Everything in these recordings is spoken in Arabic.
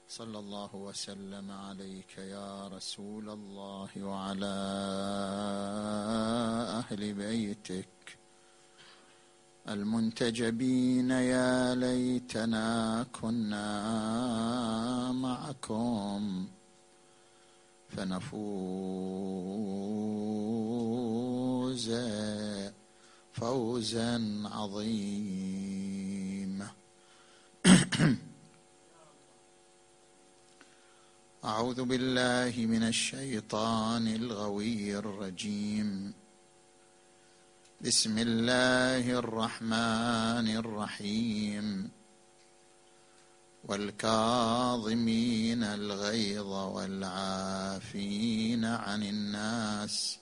صلى الله وسلم عليك يا رسول الله وعلى أهل بيتك المنتجبين. يا ليتنا كنا معكم فنفوز فوزا عظيما. أعوذ بالله من الشيطان الغوي الرجيم. بسم الله الرحمن الرحيم. والكاظمين الغيظ والعافين عن الناس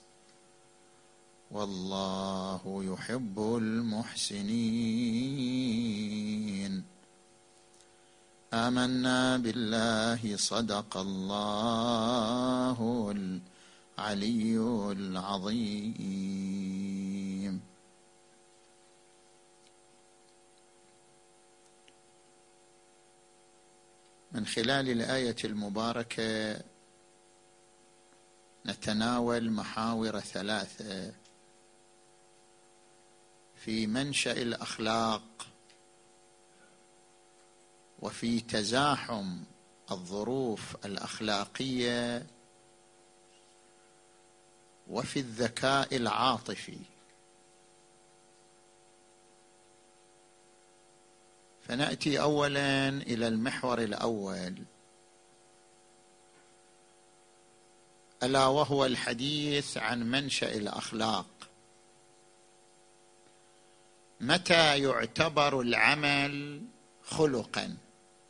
والله يحب المحسنين. آمنا بالله صدق الله العلي العظيم. من خلال الآية المباركة نتناول محاور ثلاثة في منشأ الأخلاق وفي تزاحم الظروف الأخلاقية وفي الذكاء العاطفي. فنأتي أولا إلى المحور الأول، ألا وهو الحديث عن منشأ الأخلاق. متى يعتبر العمل خلقا؟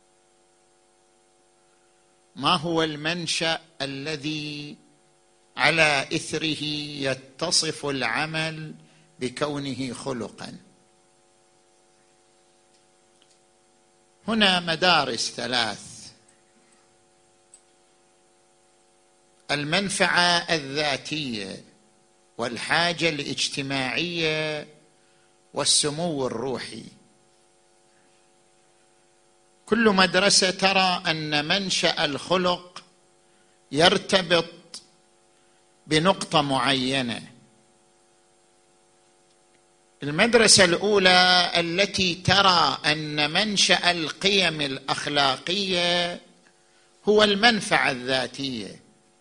ما هو المنشأ الذي على إثره يتصف العمل بكونه خلقا؟ هنا مدارس ثلاث: المنفعة الذاتية والحاجة الاجتماعية والسمو الروحي. كل مدرسة ترى أن منشأ الخلق يرتبط بنقطة معينة. المدرسة الأولى التي ترى أن منشأ القيم الأخلاقية هو المنفعة الذاتية.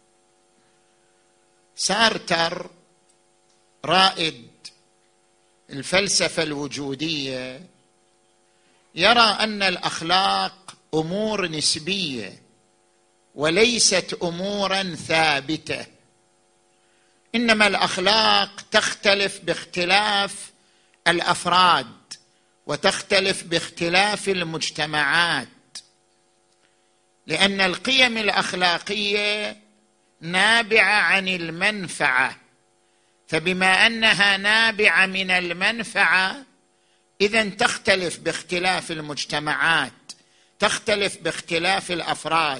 سارتر رائد الفلسفة الوجودية يرى أن الأخلاق أمور نسبية وليست أمورا ثابتة، إنما الأخلاق تختلف باختلاف الأفراد وتختلف باختلاف المجتمعات، لأن القيم الأخلاقية نابعة عن المنفعة، فبما أنها نابعة من المنفعة إذن تختلف باختلاف المجتمعات، تختلف باختلاف الأفراد.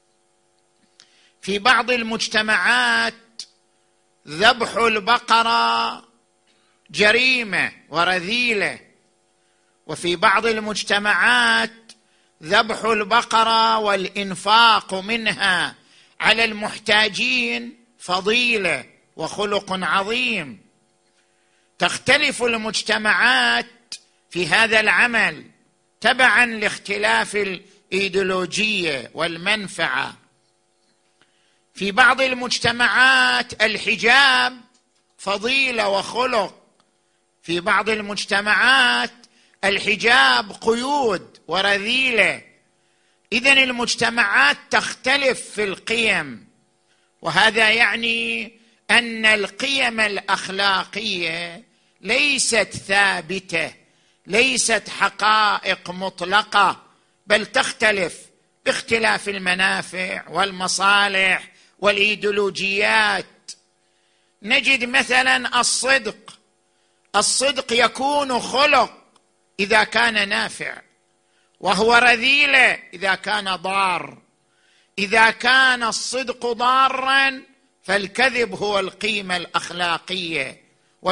في بعض المجتمعات ذبح البقرة جريمة ورذيلة، وفي بعض المجتمعات ذبح البقرة والإنفاق منها على المحتاجين فضيلة وخلق عظيم. تختلف المجتمعات في هذا العمل تبعا لاختلاف الإيديولوجية والمنفعة. في بعض المجتمعات الحجاب فضيلة وخلق، في بعض المجتمعات الحجاب قيود ورذيلة. إذن المجتمعات تختلف في القيم، وهذا يعني أن القيم الأخلاقية ليست ثابتة، ليست حقائق مطلقة، بل تختلف باختلاف المنافع والمصالح والإيديولوجيات. نجد مثلا الصدق يكون خلق إذا كان نافع، وهو رذيلة إذا كان ضار. إذا كان الصدق ضارا فالكذب هو القيمة الأخلاقية،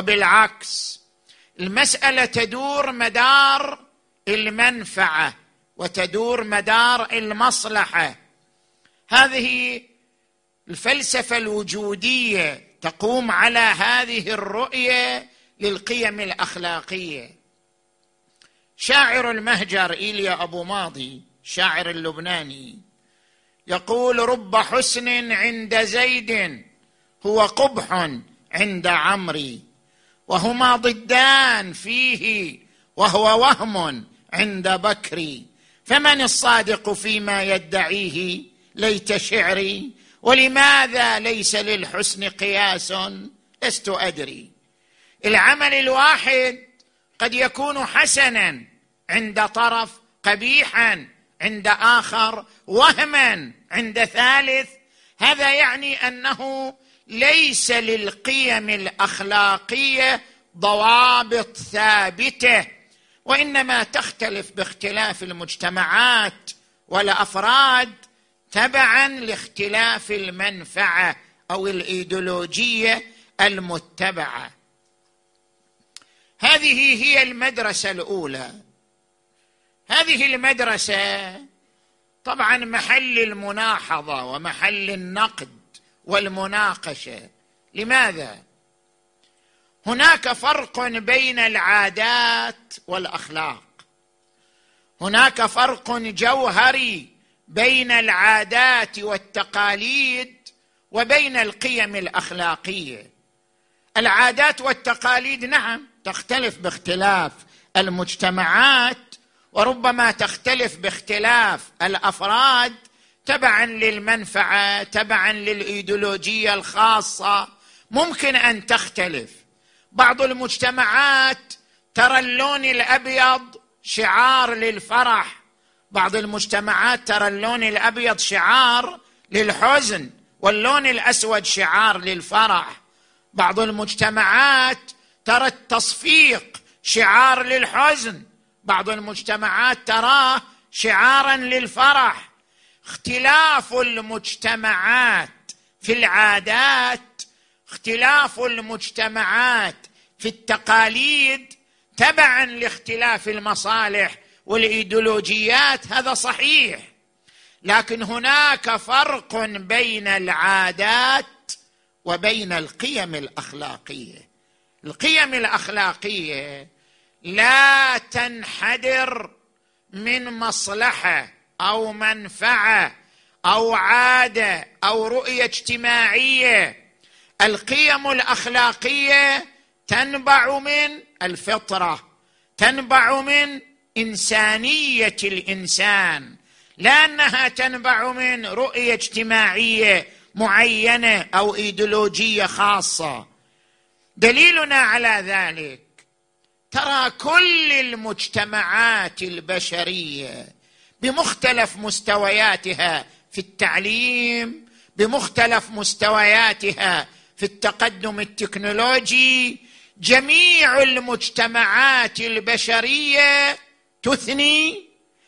وبالعكس المسألة تدور مدار المنفعة وتدور مدار المصلحة. هذه الفلسفة الوجودية تقوم على هذه الرؤية للقيم الأخلاقية. شاعر المهجر إيليا أبو ماضي، شاعر اللبناني، يقول: رب حسن عند زيد هو قبح عند عمري، وهما ضدان فيه وهو وهم عند بكري، فمن الصادق فيما يدعيه ليت شعري، ولماذا ليس للحسن قياس لست أدري. العمل الواحد قد يكون حسنا عند طرف، قبيحا عند آخر، وهما عند ثالث. هذا يعني أنه ليس للقيم الأخلاقية ضوابط ثابتة، وإنما تختلف باختلاف المجتمعات والأفراد تبعا لاختلاف المنفعة أو الإيديولوجية المتبعة. هذه هي المدرسة الأولى. هذه المدرسة طبعا محل المناحضة ومحل النقد والمناقشة. لماذا؟ هناك فرق بين العادات والأخلاق، هناك فرق جوهري بين العادات والتقاليد وبين القيم الأخلاقية. العادات والتقاليد نعم تختلف باختلاف المجتمعات، وربما تختلف باختلاف الأفراد تبعا للمنفعة، تبعا للإيديولوجية الخاصة، ممكن أن تختلف. بعض المجتمعات ترى اللون الأبيض شعار للفرح، بعض المجتمعات ترى اللون الأبيض شعار للحزن، واللون الأسود شعار للفرح. بعض المجتمعات ترى التصفيق شعار للحزن، بعض المجتمعات تراه شعارا للفرح. اختلاف المجتمعات في العادات، اختلاف المجتمعات في التقاليد تبعا لاختلاف المصالح والإيديولوجيات، هذا صحيح. لكن هناك فرق بين العادات وبين القيم الأخلاقية. القيم الأخلاقية لا تنحدر من مصلحة أو منفعة أو عادة أو رؤية اجتماعية. القيم الأخلاقية تنبع من الفطرة، تنبع من إنسانية الإنسان، لا أنها تنبع من رؤية اجتماعية معينة أو إيديولوجية خاصة. دليلنا على ذلك ترى كل المجتمعات البشرية بمختلف مستوياتها في التعليم، بمختلف مستوياتها في التقدم التكنولوجي، جميع المجتمعات البشرية تثني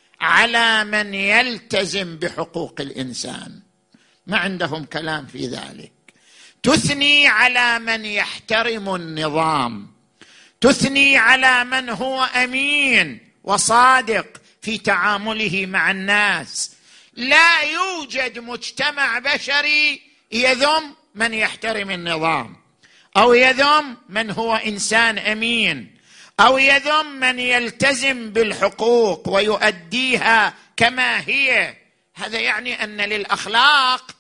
على من يلتزم بحقوق الإنسان، ما عندهم كلام في ذلك. تثني على من يحترم النظام، تثني على من هو أمين وصادق في تعامله مع الناس. لا يوجد مجتمع بشري يذم من يحترم النظام، أو يذم من هو إنسان أمين، أو يذم من يلتزم بالحقوق ويؤديها كما هي. هذا يعني أن للأخلاق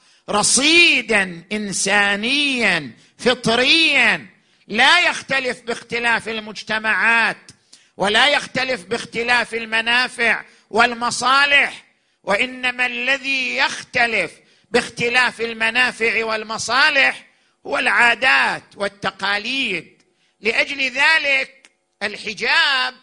رصيدا إنسانيا فطريا لا يختلف باختلاف المجتمعات، ولا يختلف باختلاف المنافع والمصالح، وإنما الذي يختلف باختلاف المنافع والمصالح هو العادات والتقاليد. لأجل ذلك الحجاب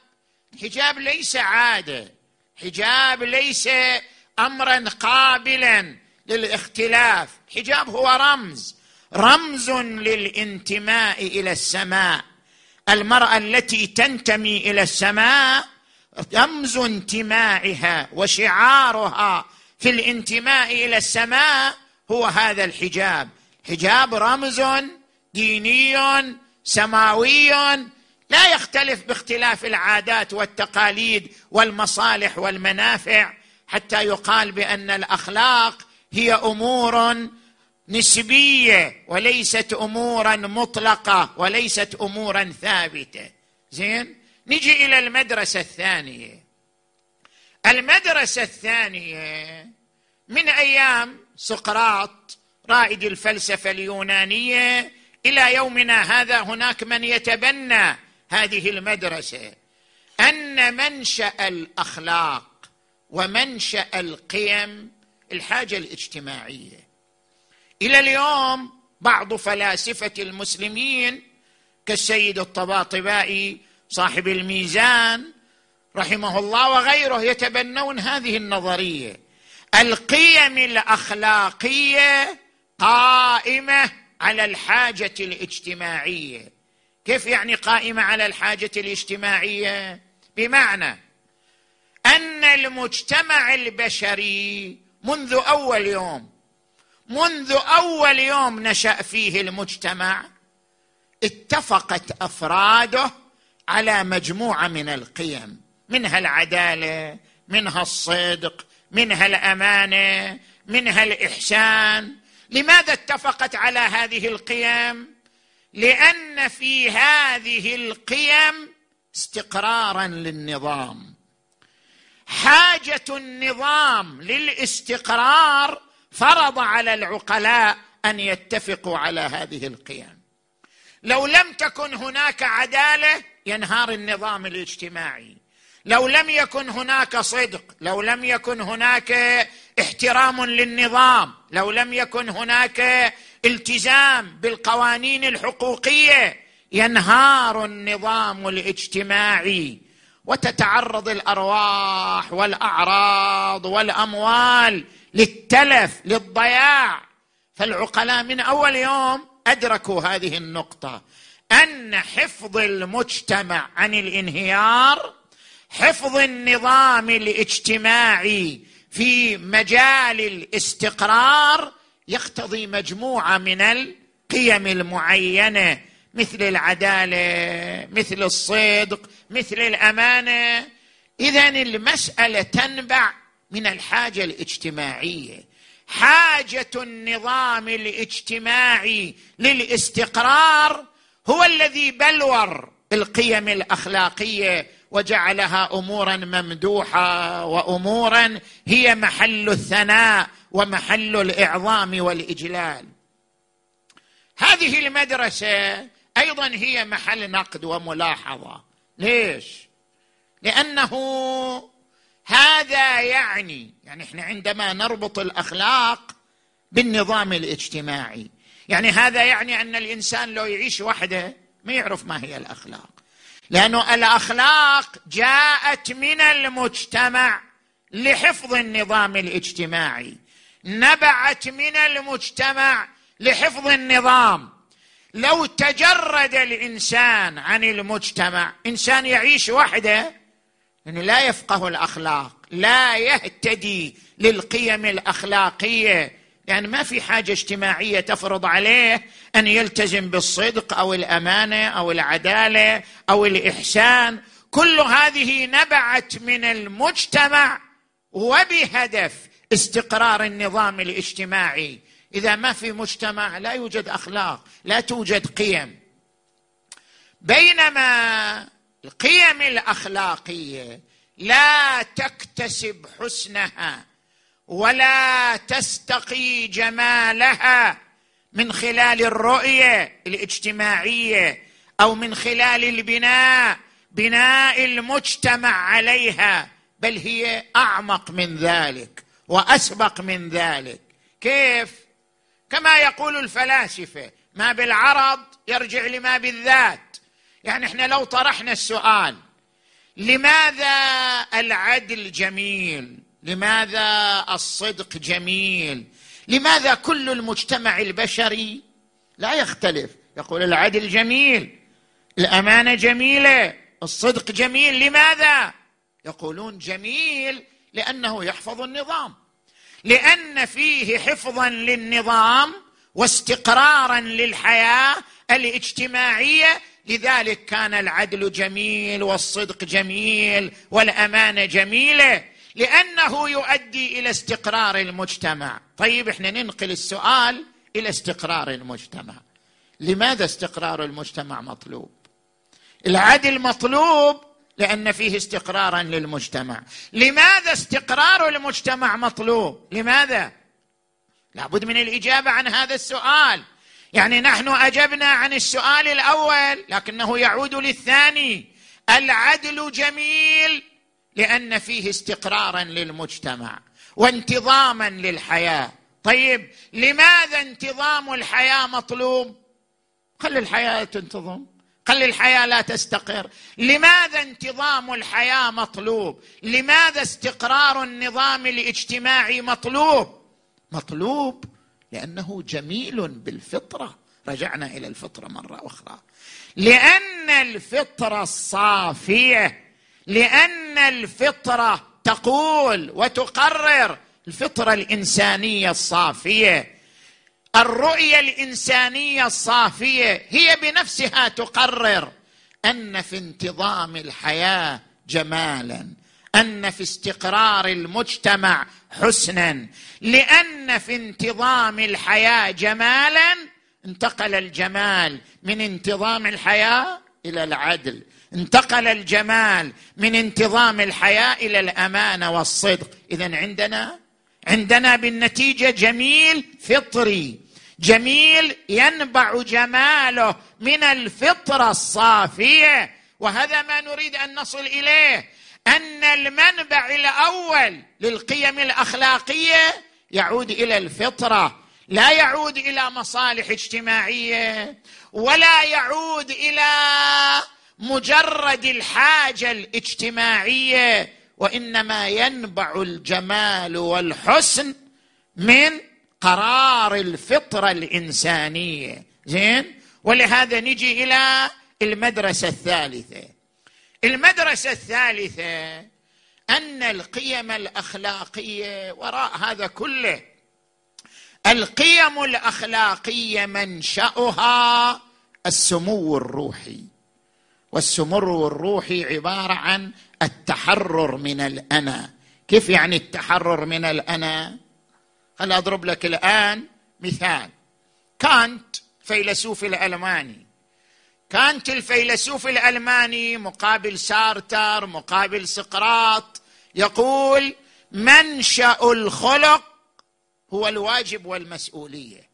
ليس عادة، حجاب ليس أمرا قابلا للاختلاف. حجاب هو رمز للانتماء إلى السماء. المرأة التي تنتمي إلى السماء رمز انتمائها وشعارها في الانتماء إلى السماء هو هذا الحجاب. حجاب رمز ديني سماوي لا يختلف باختلاف العادات والتقاليد والمصالح والمنافع حتى يقال بأن الأخلاق هي أمور نسبية وليست أمورا مطلقة وليست أمورا ثابتة. زين، نجي إلى المدرسة الثانية. المدرسة الثانية من أيام سقراط رائد الفلسفة اليونانية إلى يومنا هذا هناك من يتبنى هذه المدرسة، أن منشأ الأخلاق ومنشأ القيم الحاجة الاجتماعية. إلى اليوم بعض فلاسفة المسلمين كالسيد الطباطبائي صاحب الميزان رحمه الله وغيره يتبنون هذه النظرية. القيم الأخلاقية قائمة على الحاجة الاجتماعية. كيف يعني قائمة على الحاجة الاجتماعية؟ بمعنى أن المجتمع البشري منذ أول يوم نشأ فيه المجتمع اتفقت أفراده على مجموعة من القيم، منها العدالة، منها الصدق، منها الأمانة، منها الإحسان. لماذا اتفقت على هذه القيم؟ لأن في هذه القيم استقرارا للنظام. حاجة النظام للاستقرار فرض على العقلاء أن يتفقوا على هذه القيم. لو لم تكن هناك عدالة ينهار النظام الاجتماعي، لو لم يكن هناك صدق، لو لم يكن هناك احترام للنظام، لو لم يكن هناك التزام بالقوانين الحقوقية ينهار النظام الاجتماعي وتتعرض الأرواح والأعراض والأموال للتلف للضياع. فالعقلاء من أول يوم أدركوا هذه النقطة، أن حفظ المجتمع عن الانهيار، حفظ النظام الاجتماعي في مجال الاستقرار يقتضي مجموعة من القيم المعينة مثل العدالة، مثل الصدق، مثل الأمانة. إذن المسألة تنبع من الحاجة الاجتماعية. حاجة النظام الاجتماعي للاستقرار هو الذي بلور القيم الأخلاقية وجعلها أمورا ممدوحة وأمورا هي محل الثناء ومحل الإعظام والإجلال. هذه المدرسة أيضا هي محل نقد وملاحظة. ليش؟ لأنه هذا يعني احنا عندما نربط الأخلاق بالنظام الاجتماعي، يعني هذا يعني أن الإنسان لو يعيش وحده ما يعرف ما هي الأخلاق، لأنه الأخلاق جاءت من المجتمع لحفظ النظام الاجتماعي، نبعت من المجتمع لحفظ النظام. لو تجرد الإنسان عن المجتمع، إنسان يعيش وحده، إنه لا يفقه الأخلاق، لا يهتدي للقيم الأخلاقية، يعني ما في حاجة اجتماعية تفرض عليه أن يلتزم بالصدق أو الأمانة أو العدالة أو الإحسان. كل هذه نبعت من المجتمع وبهدف استقرار النظام الاجتماعي. إذا ما في مجتمع لا يوجد أخلاق، لا توجد قيم. بينما القيم الأخلاقية لا تكتسب حسنها ولا تستقي جمالها من خلال الرؤية الاجتماعية أو من خلال بناء المجتمع عليها، بل هي أعمق من ذلك وأسبق من ذلك. كيف؟ كما يقول الفلاسفة، ما بالعرض يرجع لما بالذات. يعني احنا لو طرحنا السؤال لماذا العدل جميل، لماذا الصدق جميل، لماذا كل المجتمع البشري لا يختلف يقول العدل جميل، الأمانة جميلة، الصدق جميل، لماذا؟ يقولون جميل لأنه يحفظ النظام، لأن فيه حفظا للنظام واستقرارا للحياة الاجتماعية لذلك كان العدل جميل والصدق جميل والأمانة جميلة، لأنه يؤدي إلى استقرار المجتمع. طيب احنا ننقل السؤال إلى استقرار المجتمع. لماذا استقرار المجتمع مطلوب؟ العدل مطلوب لأن فيه استقرارا للمجتمع. لماذا استقرار المجتمع مطلوب؟ لماذا؟ لابد من الإجابة عن هذا السؤال. يعني نحن أجبنا عن السؤال الأول لكنه يعود للثاني. العدل جميل لأن فيه استقرارا للمجتمع وانتظاما للحياة. طيب لماذا انتظام الحياة مطلوب؟ خلي الحياة تنتظم، خلي الحياة لا تستقر. لماذا انتظام الحياة مطلوب؟ لماذا استقرار النظام الاجتماعي مطلوب؟ مطلوب لأنه جميل بالفطرة. رجعنا إلى الفطرة مرة أخرى. لأن الفطرة الصافية، لأن الفطرة تقول وتقرر، الفطرة الإنسانية الصافية، الرؤية الإنسانية الصافية هي بنفسها تقرر أن في انتظام الحياة جمالا، أن في استقرار المجتمع حسنا. لأن في انتظام الحياة جمالا انتقل الجمال من انتظام الحياة إلى العدل، انتقل الجمال من انتظام الحياة إلى الأمانة والصدق. إذن عندنا بالنتيجة جميل فطري، جميل ينبع جماله من الفطرة الصافية. وهذا ما نريد أن نصل إليه، أن المنبع الأول للقيم الأخلاقية يعود إلى الفطرة، لا يعود إلى مصالح اجتماعية ولا يعود إلى مجرد الحاجة الاجتماعية، وإنما ينبع الجمال والحسن من قرار الفطرة الإنسانية. زين؟ ولهذا نجي إلى المدرسة الثالثة. المدرسة الثالثة أن القيم الأخلاقية وراء هذا كله. القيم الأخلاقية منشأها السمو الروحي، والسمو الروحي عبارة عن التحرر من الأنا. كيف يعني التحرر من الأنا؟ هل أضرب لك الآن مثال. كانت فيلسوف الألماني، كانت الفيلسوف الألماني مقابل سارتر مقابل سقراط يقول منشأ الخلق هو الواجب والمسؤولية.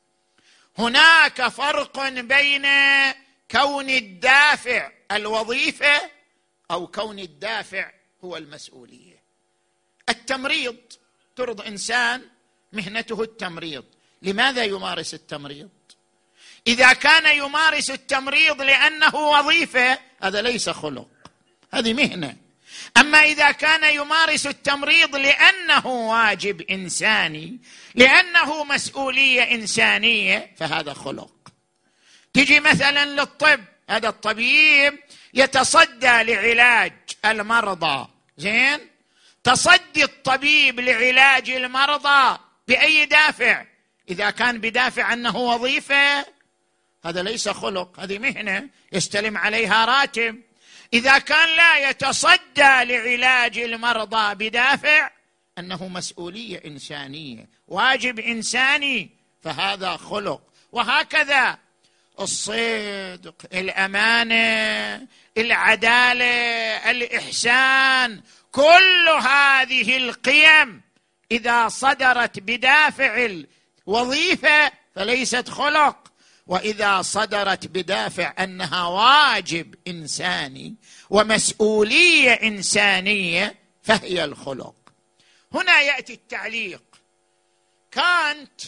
هناك فرق بين كون الدافع الوظيفة أو كون الدافع هو المسؤولية. التمريض، ترض إنسان مهنته التمريض، لماذا يمارس التمريض؟ إذا كان يمارس التمريض لأنه وظيفة هذا ليس خلق، هذه مهنة. أما إذا كان يمارس التمريض لأنه واجب إنساني، لأنه مسؤولية إنسانية، فهذا خلق. تجي مثلا للطب، هذا الطبيب يتصدى لعلاج المرضى. زين؟ تصدي الطبيب لعلاج المرضى بأي دافع؟ إذا كان بدافع أنه وظيفة هذا ليس خلق، هذه مهنة يستلم عليها راتب. إذا كان لا يتصدى لعلاج المرضى بدافع أنه مسؤولية إنسانية، واجب إنساني، فهذا خلق. وهكذا الصدق، الأمانة، العدالة، الإحسان، كل هذه القيم إذا صدرت بدافع الوظيفة فليست خلق، وإذا صدرت بدافع أنها واجب إنساني ومسؤولية إنسانية فهي الخلق. هنا يأتي التعليق. كانت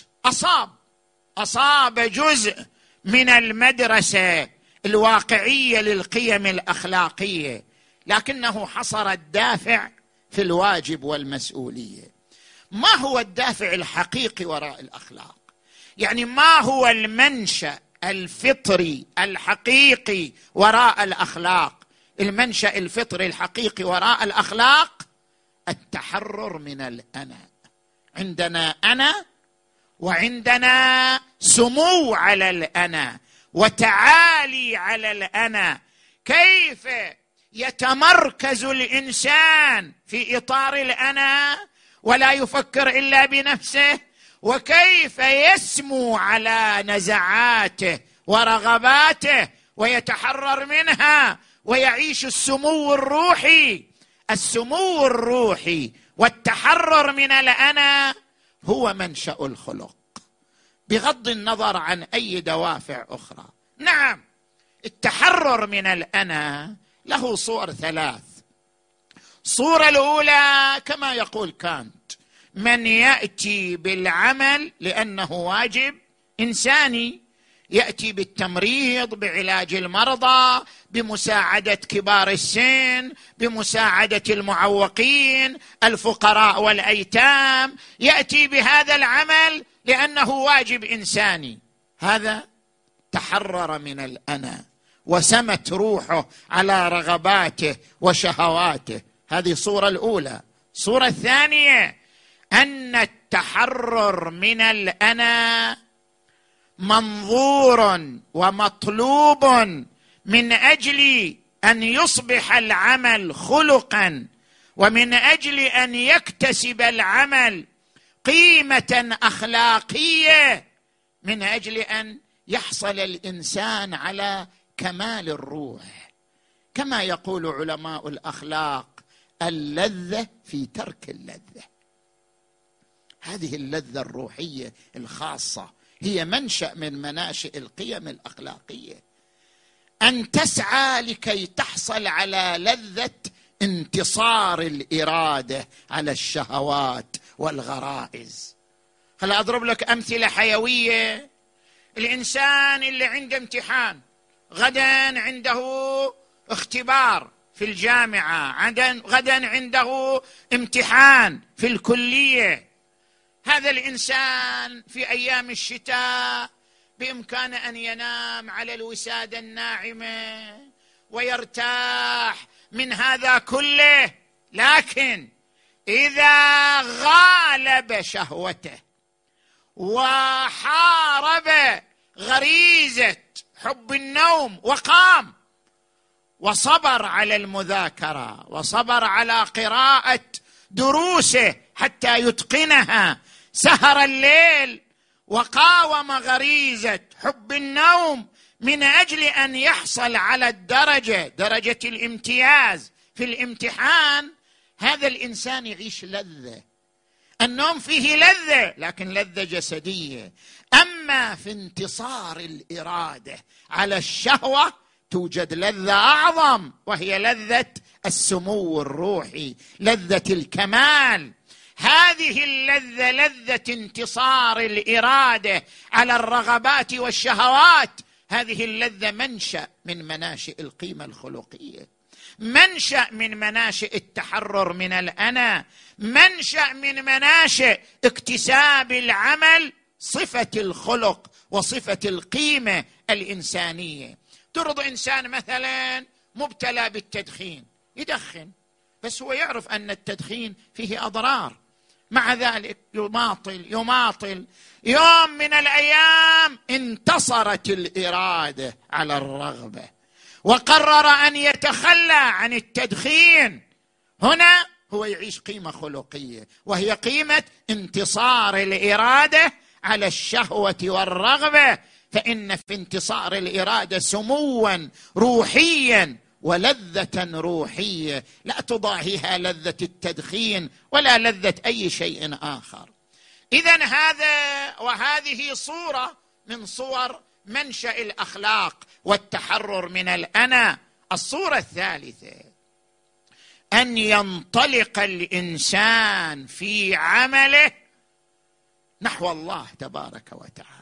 أصاب جزء من المدرسة الواقعية للقيم الأخلاقية، لكنه حصر الدافع في الواجب والمسؤولية. ما هو الدافع الحقيقي وراء الأخلاق؟ يعني ما هو المنشأ الفطري الحقيقي وراء الأخلاق؟ المنشأ الفطري الحقيقي وراء الأخلاق التحرر من الأنا. عندنا أنا وعندنا سمو على الأنا، وتعالي على الأنا. كيف يتمركز الإنسان في إطار الأنا ولا يفكر إلا بنفسه، وكيف يسمو على نزعاته ورغباته ويتحرر منها ويعيش السمو الروحي. السمو الروحي والتحرر من الأنا هو منشأ الخلق، بغض النظر عن أي دوافع أخرى. نعم، التحرر من الأنا له صور ثلاث. الصورة الأولى كما يقول كانت: من يأتي بالعمل لأنه واجب إنساني، يأتي بالتمريض، بعلاج المرضى، بمساعدة كبار السن، بمساعدة المعوقين، الفقراء والأيتام، يأتي بهذا العمل لأنه واجب إنساني. هذا تحرر من الأنا وسمت روحه على رغباته وشهواته. هذه الصورة الأولى. الصورة الثانية أن التحرر من الأنا منظور ومطلوب من أجل أن يصبح العمل خلقا، ومن أجل أن يكتسب العمل قيمة أخلاقية، من أجل أن يحصل الإنسان على كمال الروح. كما يقول علماء الأخلاق: اللذة في ترك اللذة. هذه اللذة الروحية الخاصة هي منشأ من مناشئ القيم الأخلاقية. أن تسعى لكي تحصل على لذة انتصار الإرادة على الشهوات والغرائز. خل أضرب لك أمثلة حيوية. الإنسان اللي عنده امتحان، غدا عنده اختبار في الجامعة، غدا عنده امتحان في الكلية. هذا الإنسان في أيام الشتاء بإمكانه أن ينام على الوسادة الناعمة ويرتاح من هذا كله، لكن إذا غالب شهوته وحارب غريزة حب النوم وقام وصبر على المذاكرة وصبر على قراءة دروسه حتى يتقنها، سهر الليل وقاوم غريزة حب النوم من أجل أن يحصل على درجة الامتياز في الامتحان، هذا الإنسان يعيش لذة. النوم فيه لذة، لكن لذة جسدية. أما في انتصار الإرادة على الشهوة توجد لذة أعظم، وهي لذة السمو الروحي، لذة الكمال. هذه اللذة لذة انتصار الإرادة على الرغبات والشهوات. هذه اللذة منشأ من مناشئ القيمة الخلقية، منشأ من مناشئ التحرر من الأنا، منشأ من مناشئ اكتساب العمل صفة الخلق وصفة القيمة الإنسانية. ترض إنسان مثلا مبتلى بالتدخين، يدخن، بس هو يعرف أن التدخين فيه أضرار، مع ذلك يماطل. يوم من الأيام انتصرت الإرادة على الرغبة وقرر أن يتخلى عن التدخين. هنا هو يعيش قيمة خلقية، وهي قيمة انتصار الإرادة على الشهوة والرغبة. فإن في انتصار الإرادة سموا روحيا ولذة روحية لا تضاهيها لذة التدخين ولا لذة أي شيء آخر. إذن وهذه صورة من صور منشأ الأخلاق والتحرر من الأنا. الصورة الثالثة أن ينطلق الإنسان في عمله نحو الله تبارك وتعالى.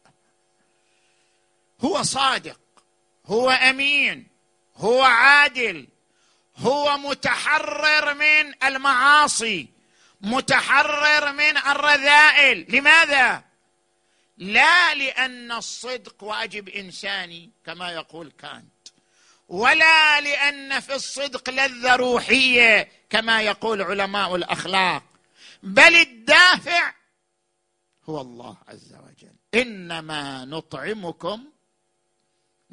هو صادق، هو أمين، هو عادل، هو متحرر من المعاصي، متحرر من الرذائل. لماذا؟ لا لأن الصدق واجب إنساني كما يقول كانت، ولا لأن في الصدق لذة روحية كما يقول علماء الأخلاق، بل الدافع هو الله عز وجل. إنما نطعمكم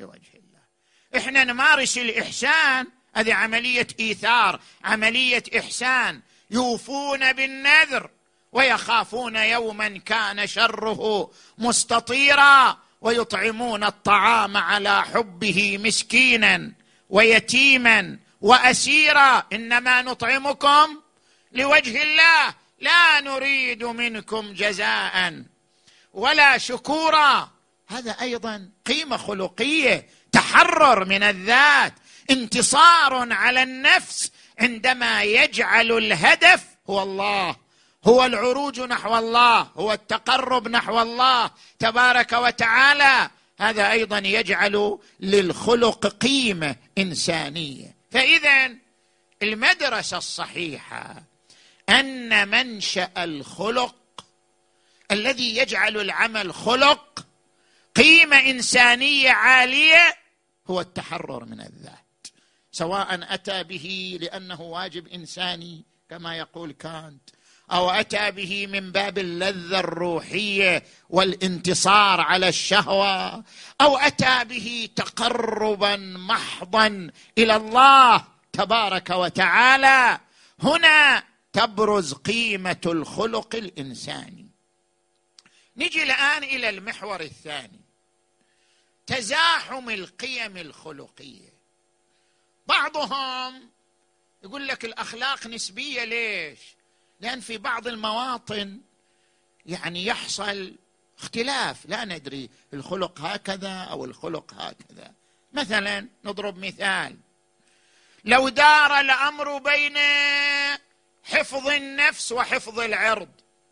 لوجه الله. احنا نمارس الإحسان، هذه عملية إيثار، عملية إحسان. يوفون بالنذر ويخافون يوما كان شره مستطيرا، ويطعمون الطعام على حبه مسكينا ويتيما وأسيرا، إنما نطعمكم لوجه الله لا نريد منكم جزاء ولا شكورا. هذا أيضا قيمة خلقية، تحرر من الذات، انتصار على النفس عندما يجعل الهدف هو الله، هو العروج نحو الله، هو التقرب نحو الله تبارك وتعالى. هذا أيضا يجعل للخلق قيمة إنسانية. فإذا المدرسة الصحيحة أن منشأ الخلق الذي يجعل العمل خلق قيمة إنسانية عالية هو التحرر من الذات، سواء أتى به لأنه واجب إنساني كما يقول كانت، أو أتى به من باب اللذة الروحية والانتصار على الشهوة، أو أتى به تقربا محضا إلى الله تبارك وتعالى. هنا تبرز قيمة الخلق الإنساني. نجي الآن إلى المحور الثاني، تزاحم القيم الخلقية. بعضهم يقول لك الأخلاق نسبية. ليش؟ لأن في بعض المواطن يحصل اختلاف، لا ندري الخلق هكذا أو الخلق هكذا. مثلا نضرب مثال، لو دار الأمر بين حفظ النفس وحفظ العرض،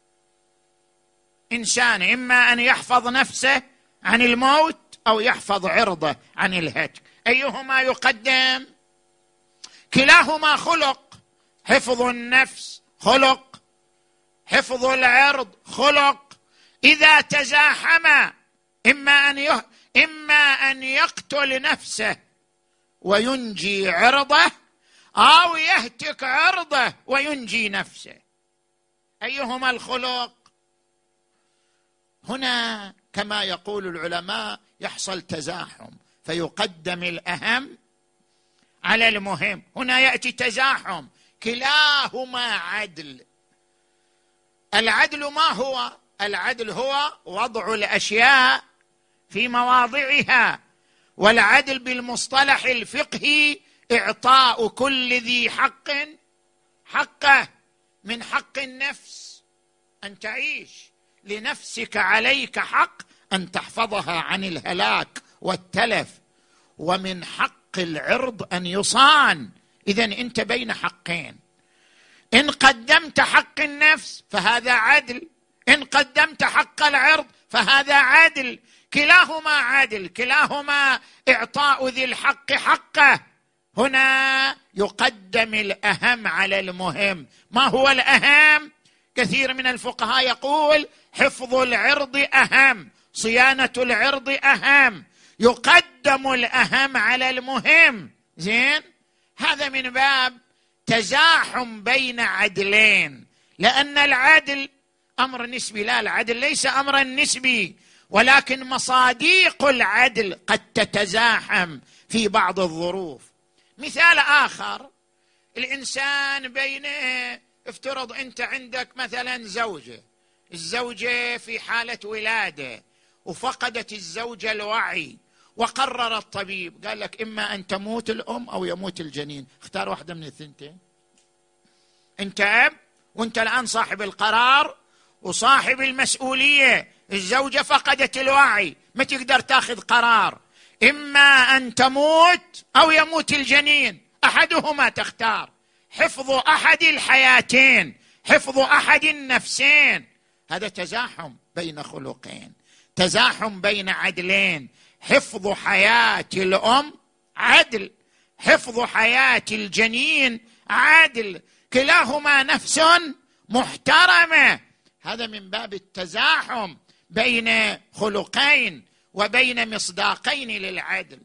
إنسان إما أن يحفظ نفسه عن الموت أو يحفظ عرضه عن الهتك، أيهما يقدم؟ كلاهما خلق. حفظ النفس خلق، حفظ العرض خلق. إذا تزاحما إما أن يقتل نفسه وينجي عرضه، أو يهتك عرضه وينجي نفسه، أيهما الخلق؟ هنا كما يقول العلماء يحصل تزاحم، فيقدم الأهم على المهم. هنا يأتي تزاحم، كلاهما عدل. العدل ما هو؟ العدل هو وضع الأشياء في مواضعها، والعدل بالمصطلح الفقهي إعطاء كل ذي حق حقه. من حق النفس أن تعيش، لنفسك عليك حق أن تحفظها عن الهلاك والتلف، ومن حق العرض أن يصان. إذن أنت بين حقين، إن قدمت حق النفس فهذا عدل، إن قدمت حق العرض فهذا عدل. كلاهما عدل، كلاهما إعطاء ذي الحق حقه. هنا يقدم الأهم على المهم. ما هو الأهم؟ كثير من الفقهاء يقول حفظ العرض أهم، صيانة العرض أهم، يقدم الأهم على المهم. زين، هذا من باب تزاحم بين عدلين، لأن العدل أمر نسبي. لا، العدل ليس أمرا نسبي، ولكن مصاديق العدل قد تتزاحم في بعض الظروف. مثال آخر، الإنسان بينه، افترض أنت عندك مثلا زوجة، الزوجة في حالة ولادة وفقدت الزوجة الوعي، وقرر الطبيب قال لك إما أن تموت الأم أو يموت الجنين، اختار واحدة من الثنتين. أنت أب وأنت الآن صاحب القرار وصاحب المسؤولية، الزوجة فقدت الوعي، ما تقدر تاخذ قرار، إما أن تموت أو يموت الجنين، أحدهما تختار. حفظ أحد الحياتين، حفظ أحد النفسين. هذا تزاحم بين خلقين، تزاحم بين عدلين. حفظ حياة الأم عدل، حفظ حياة الجنين عدل، كلاهما نفس محترمة. هذا من باب التزاحم بين خلقين وبين مصداقين للعدل.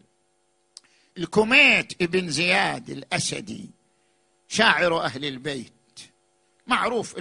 الكميت ابن زياد الأسدي شاعر أهل البيت معروف،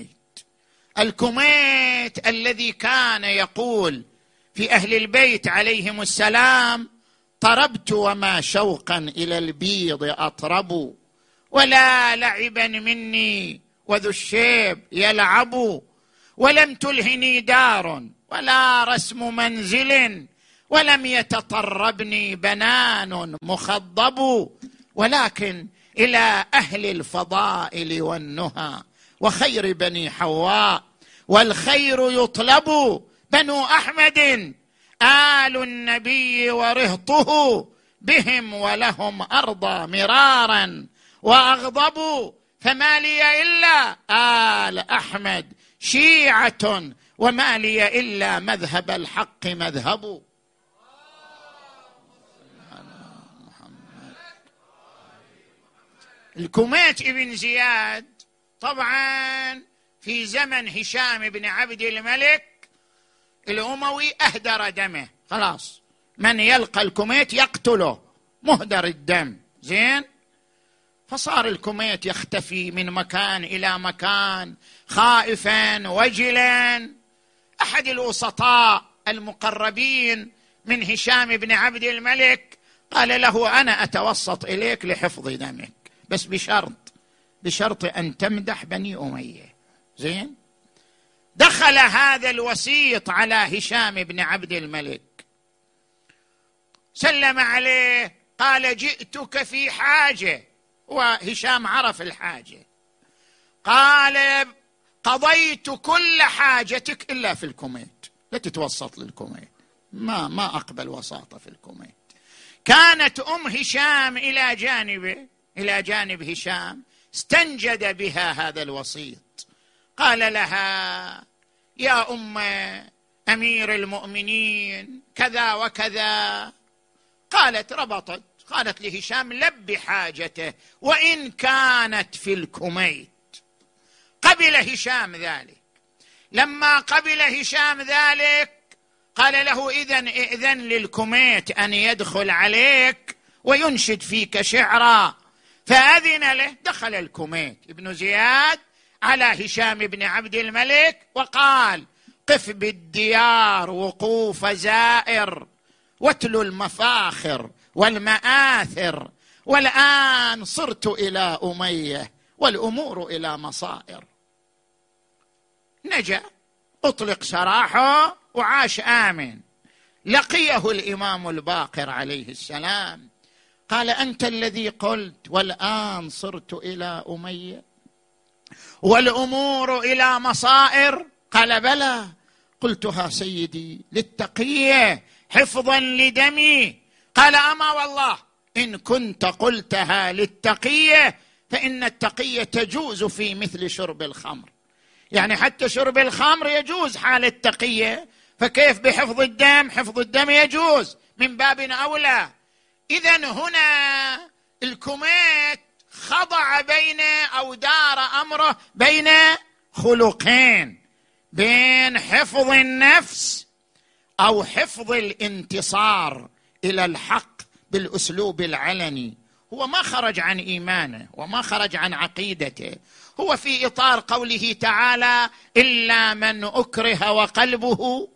الكميت الذي كان يقول في أهل البيت عليهم السلام: طربت وما شوقا إلى البيض أطرب، ولا لعبا مني وذو الشيب يلعب، ولم تلهني دار ولا رسم منزل، ولم يتطربني بنان مخضب، ولكن إلى أهل الفضائل والنهى وخير بني حواء والخير يطلب، بنو أحمد آل النبي ورهطه، بهم ولهم أرضى مرارا وأغضب، فما لي إلا آل أحمد شيعة، وما لي إلا مذهب الحق مذهب. الكميت ابن زياد طبعا في زمن هشام بن عبد الملك الأموي أهدر دمه، خلاص من يلقى الكميت يقتله، مهدر الدم زين. فصار الكميت يختفي من مكان إلى مكان خائفا وجلا. أحد الوسطاء المقربين من هشام بن عبد الملك قال له أنا أتوسط إليك لحفظ دمك، بس بشرط أن تمدح بني أمية. زين. دخل هذا الوسيط على هشام بن عبد الملك، سلم عليه، قال جئتك في حاجة، وهشام عرف الحاجة. قال قضيت كل حاجتك إلا في الكوميت، لا تتوسط للكوميت، ما أقبل وساطة في الكوميت. كانت أم هشام إلى جانب هشام، استنجد بها هذا الوسيط، قال لها يا أم أمير المؤمنين كذا وكذا. قالت ربطت، قالت لهشام لب حاجته وإن كانت في الكوميت. قبل هشام ذلك. لما قبل هشام ذلك قال له إذن ائذن للكوميت أن يدخل عليك وينشد فيك شعرا، فأذن له. دخل الكوميت ابن زياد على هشام بن عبد الملك وقال قف بالديار وقوف زائر، واتلو المفاخر والمآثر، والآن صرت إلى أمية والأمور إلى مصائر. نجا، أطلق سراحه وعاش آمن. لقيه الإمام الباقر عليه السلام، قال أنت الذي قلت والآن صرت إلى أمية والأمور إلى مصائر؟ قال بلى، قلتها سيدي للتقية حفظا لدمي. قال أما والله إن كنت قلتها للتقية فإن التقية تجوز في مثل شرب الخمر، يعني حتى شرب الخمر يجوز حال التقية، فكيف بحفظ الدم؟ حفظ الدم يجوز من باب أولى. إذن هنا الكوميت خضع بين أو دار أمره بين خلقين، بين حفظ النفس أو حفظ الانتصار إلى الحق بالأسلوب العلني. هو ما خرج عن إيمانه وما خرج عن عقيدته، هو في إطار قوله تعالى إلا من أكره وقلبه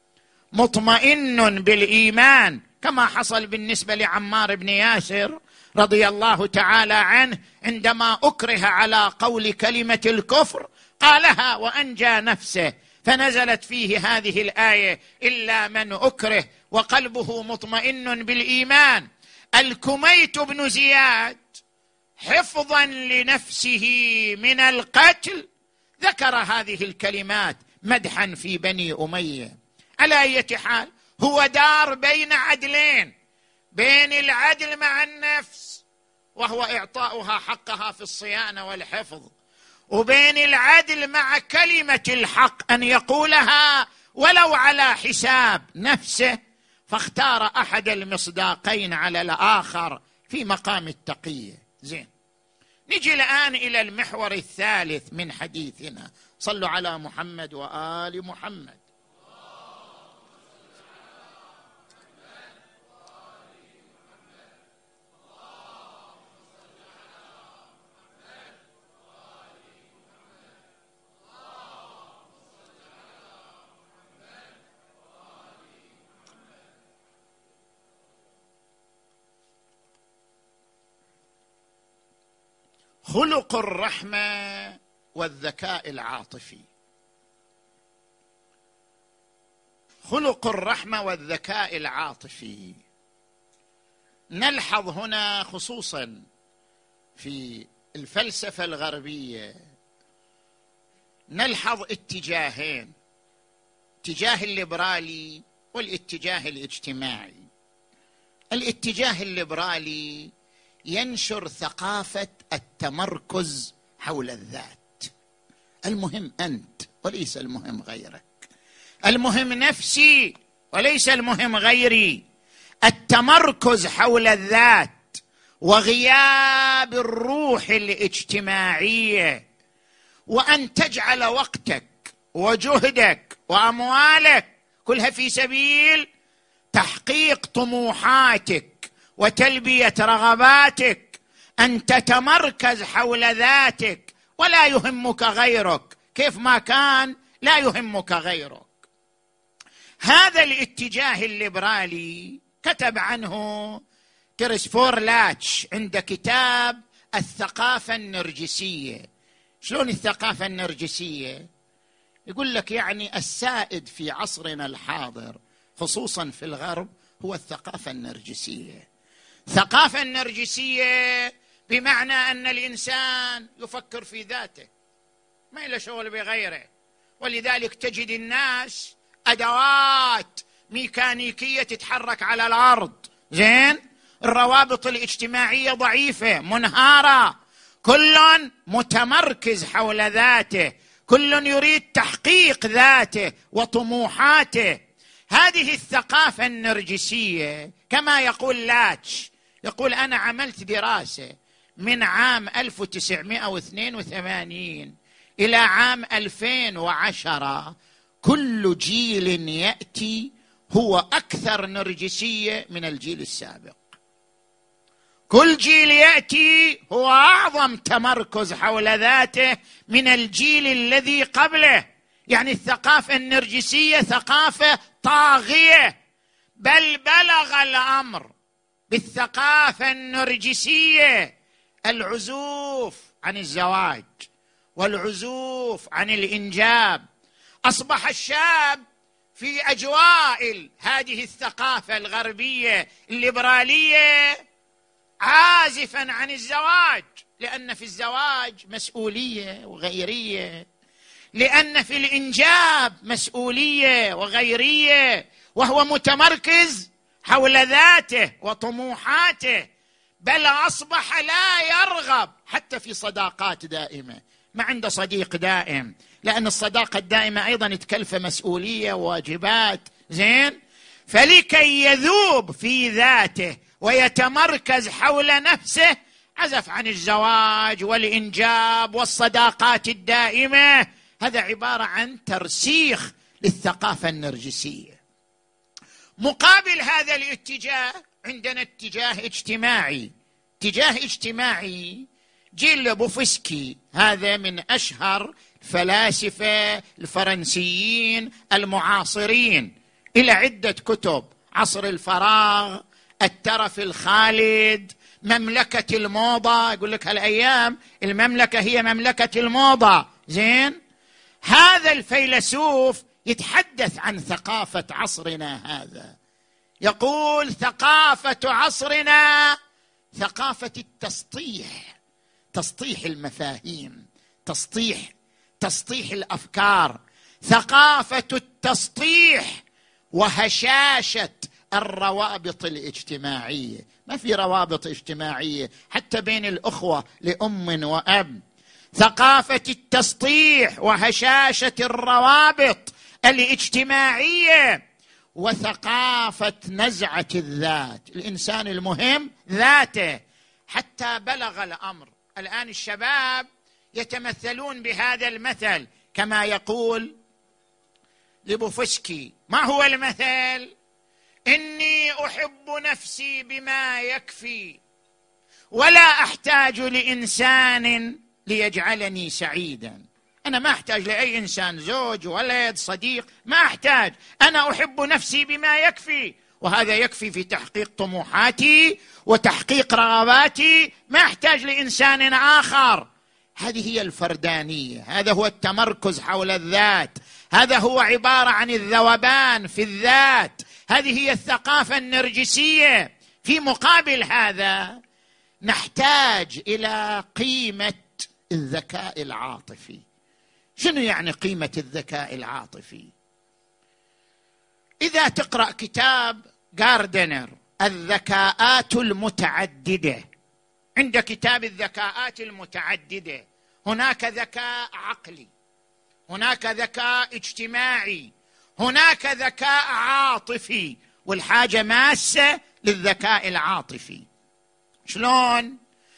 مطمئن بالإيمان، كما حصل بالنسبة لعمار بن ياسر رضي الله تعالى عنه عندما أكره على قول كلمة الكفر قالها وأنجى نفسه، فنزلت فيه هذه الآية إلا من أكره وقلبه مطمئن بالإيمان. الكميت بن زياد حفظا لنفسه من القتل ذكر هذه الكلمات مدحا في بني أمية. على أي حال هو دار بين عدلين، بين العدل مع النفس وهو إعطاؤها حقها في الصيانة والحفظ، وبين العدل مع كلمة الحق أن يقولها ولو على حساب نفسه، فاختار أحد المصداقين على الآخر في مقام التقية. زين، نجي الآن إلى المحور الثالث من حديثنا. صلوا على محمد وآل محمد. خلق الرحمة والذكاء العاطفي. خلق الرحمة والذكاء العاطفي، نلحظ هنا خصوصا في الفلسفة الغربية نلحظ اتجاهين، اتجاه الليبرالي والاتجاه الاجتماعي. الاتجاه الليبرالي ينشر ثقافة التمركز حول الذات، المهم أنت وليس المهم غيرك، المهم نفسي وليس المهم غيري، التمركز حول الذات وغياب الروح الاجتماعية، وأن تجعل وقتك وجهدك وأموالك كلها في سبيل تحقيق طموحاتك وتلبية رغباتك، أن تتمركز حول ذاتك ولا يهمك غيرك، كيف ما كان لا يهمك غيرك. هذا الاتجاه الليبرالي كتب عنه كريسفور لاتش عند كتاب الثقافة النرجسية. شلون الثقافة النرجسية؟ يقول لك يعني السائد في عصرنا الحاضر خصوصا في الغرب هو الثقافة النرجسية. الثقافة النرجسية بمعنى أن الإنسان يفكر في ذاته، ما له شغل بغيره، ولذلك تجد الناس أدوات ميكانيكية تتحرك على الأرض، زين، الروابط الاجتماعية ضعيفة منهارة، كل متمركز حول ذاته، كل يريد تحقيق ذاته وطموحاته. هذه الثقافة النرجسية كما يقول لاتش، يقول أنا عملت دراسة من عام 1982 إلى عام 2010، كل جيل يأتي هو أكثر نرجسية من الجيل السابق، كل جيل يأتي هو أعظم تمركز حول ذاته من الجيل الذي قبله. يعني الثقافة النرجسية ثقافة طاغية، بل بلغ الأمر بالثقافة النرجسية العزوف عن الزواج والعزوف عن الإنجاب. أصبح الشاب في أجواء هذه الثقافة الغربية الليبرالية عازفا عن الزواج، لأن في الزواج مسؤولية وغيرية، لأن في الإنجاب مسؤولية وغيرية، وهو متمركز حول ذاته وطموحاته، بل أصبح لا يرغب حتى في صداقات دائمة، ما عنده صديق دائم، لأن الصداقة الدائمة أيضا تكلفه مسؤولية وواجبات، زين، فلكي يذوب في ذاته ويتمركز حول نفسه عزف عن الزواج والإنجاب والصداقات الدائمة. هذا عبارة عن ترسيخ للثقافة النرجسية. مقابل هذا الاتجاه عندنا اتجاه اجتماعي. اتجاه اجتماعي جيل بوفسكي، هذا من أشهر الفلاسفة الفرنسيين المعاصرين، إلى عدة كتب: عصر الفراغ، الترف الخالد، مملكة الموضة. يقول لك هالأيام المملكة هي مملكة الموضة، زين. هذا الفيلسوف يتحدث عن ثقافة عصرنا هذا، يقول ثقافة عصرنا ثقافة التسطيح، تسطيح المفاهيم، تسطيح الأفكار، ثقافة التسطيح وهشاشة الروابط الاجتماعية. ما في روابط اجتماعية حتى بين الأخوة لأم وأب. ثقافة التسطيح وهشاشة الروابط الاجتماعية، وثقافة نزعة الذات، الإنسان المهم ذاته، حتى بلغ الأمر الآن الشباب يتمثلون بهذا المثل كما يقول لبوفسكي. ما هو المثل؟ إني أحب نفسي بما يكفي ولا أحتاج لإنسان ليجعلني سعيدا. أنا ما أحتاج لأي إنسان، زوج ولد صديق، ما أحتاج، أنا أحب نفسي بما يكفي وهذا يكفي في تحقيق طموحاتي وتحقيق رغباتي، ما أحتاج لإنسان آخر. هذه هي الفردانية، هذا هو التمركز حول الذات، هذا هو عبارة عن الذوبان في الذات، هذه هي الثقافة النرجسية. في مقابل هذا نحتاج إلى قيمة الذكاء العاطفي. شنو يعني قيمة الذكاء العاطفي؟ إذا تقرأ كتاب غاردنر الذكاءات المتعددة، عند كتاب الذكاءات المتعددة هناك ذكاء عقلي، هناك ذكاء اجتماعي، هناك ذكاء عاطفي، والحاجة ماسة للذكاء العاطفي. شلون؟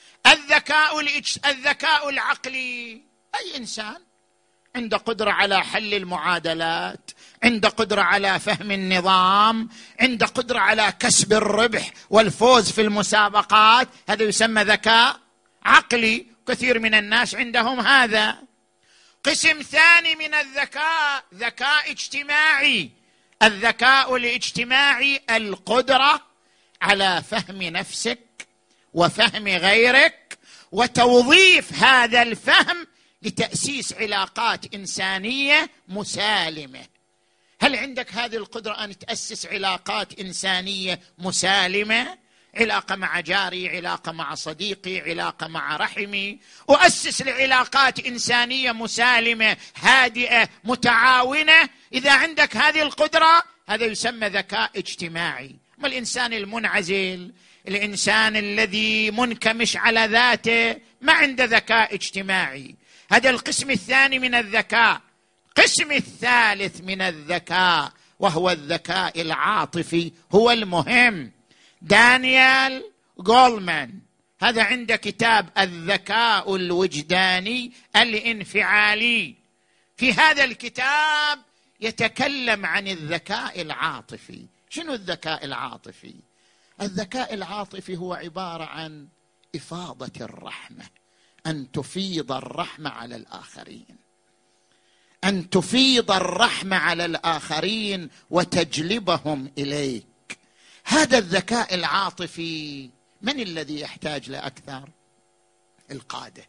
الذكاء العقلي، أي إنسان عنده قدرة على حل المعادلات، عنده قدرة على فهم النظام، عنده قدرة على كسب الربح والفوز في المسابقات، هذا يسمى ذكاء عقلي. كثير من الناس عندهم هذا. قسم ثاني من الذكاء ذكاء اجتماعي. الذكاء الاجتماعي القدرة على فهم نفسك وفهم غيرك وتوظيف هذا الفهم لتأسيس علاقات إنسانية مسالمة. هل عندك هذه القدرة أن تأسس علاقات إنسانية مسالمة؟ علاقة مع جاري، علاقة مع صديقي، علاقة مع رحمي، أؤسس لعلاقات إنسانية مسالمة هادئة متعاونة. إذا عندك هذه القدرة هذا يسمى ذكاء اجتماعي. أما الإنسان المنعزل، الإنسان الذي منكمش على ذاته، ما عنده ذكاء اجتماعي. هذا القسم الثاني من الذكاء. القسم الثالث من الذكاء وهو الذكاء العاطفي هو المهم. دانيال غولمان هذا عنده كتاب الذكاء الوجداني الانفعالي. في هذا الكتاب يتكلم عن الذكاء العاطفي. شنو الذكاء العاطفي؟ الذكاء العاطفي هو عبارة عن إفاضة الرحمة، أن تفيض الرحمة على الآخرين، أن تفيض الرحمة على الآخرين وتجلبهم إليك. هذا الذكاء العاطفي من الذي يحتاج له أكثر؟ القادة،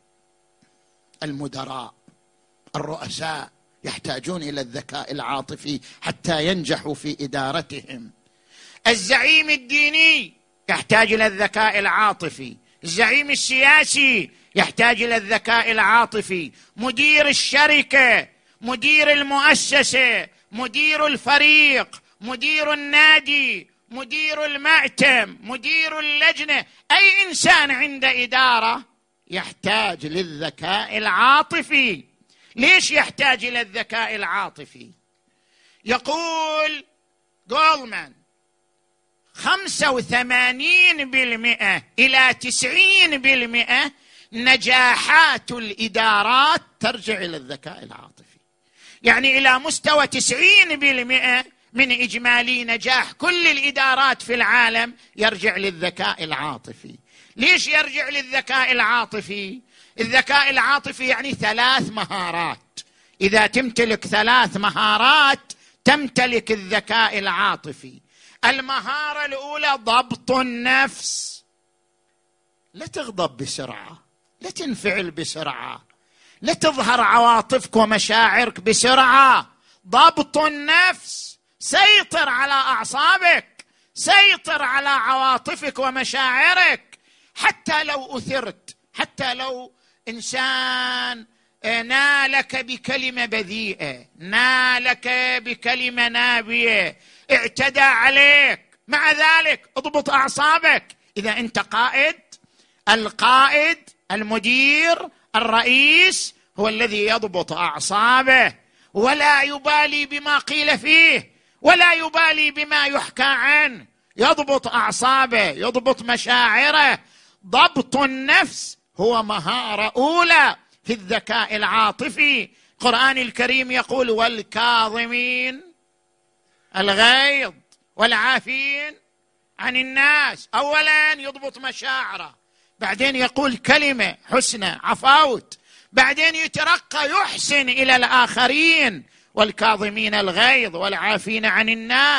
المدراء، الرؤساء يحتاجون إلى الذكاء العاطفي حتى ينجحوا في إدارتهم. الزعيم الديني يحتاج إلى الذكاء العاطفي، الزعيم السياسي يحتاج إلى الذكاء العاطفي، مدير الشركة، مدير المؤسسة، مدير الفريق، مدير النادي، مدير المعتم، مدير اللجنة، أي إنسان عند إدارة يحتاج للذكاء العاطفي. ليش يحتاج إلى الذكاء العاطفي؟ يقول غولمان 85% إلى 90% نجاحات الإدارات ترجع إلى الذكاء العاطفي. يعني إلى مستوى 90% من إجمالي نجاح كل الإدارات في العالم يرجع للذكاء العاطفي. ليش يرجع للذكاء العاطفي؟ الذكاء العاطفي يعني 3 مهارات. إذا تمتلك 3 مهارات تمتلك الذكاء العاطفي. المهارة الأولى ضبط النفس. لا تغضب بسرعة، لا تنفعل بسرعة، لا تظهر عواطفك ومشاعرك بسرعة. ضبط النفس، سيطر على أعصابك، سيطر على عواطفك ومشاعرك. حتى لو أثرت، حتى لو إنسان نالك بكلمة بذيئة، نالك بكلمة نابية، اعتدى عليك، مع ذلك اضبط أعصابك. إذا أنت قائد، القائد، المدير، الرئيس هو الذي يضبط أعصابه ولا يبالي بما قيل فيه ولا يبالي بما يحكى عنه، يضبط أعصابه، يضبط مشاعره. ضبط النفس هو مهارة أولى في الذكاء العاطفي. القرآن الكريم يقول والكاظمين الغيظ والعافين عن الناس. أولا يضبط مشاعره، بعدين يقول كلمة حسنى عفوت، بعدين يترقى يحسن إلى الآخرين. والكاظمين الغيظ والعافين عن الناس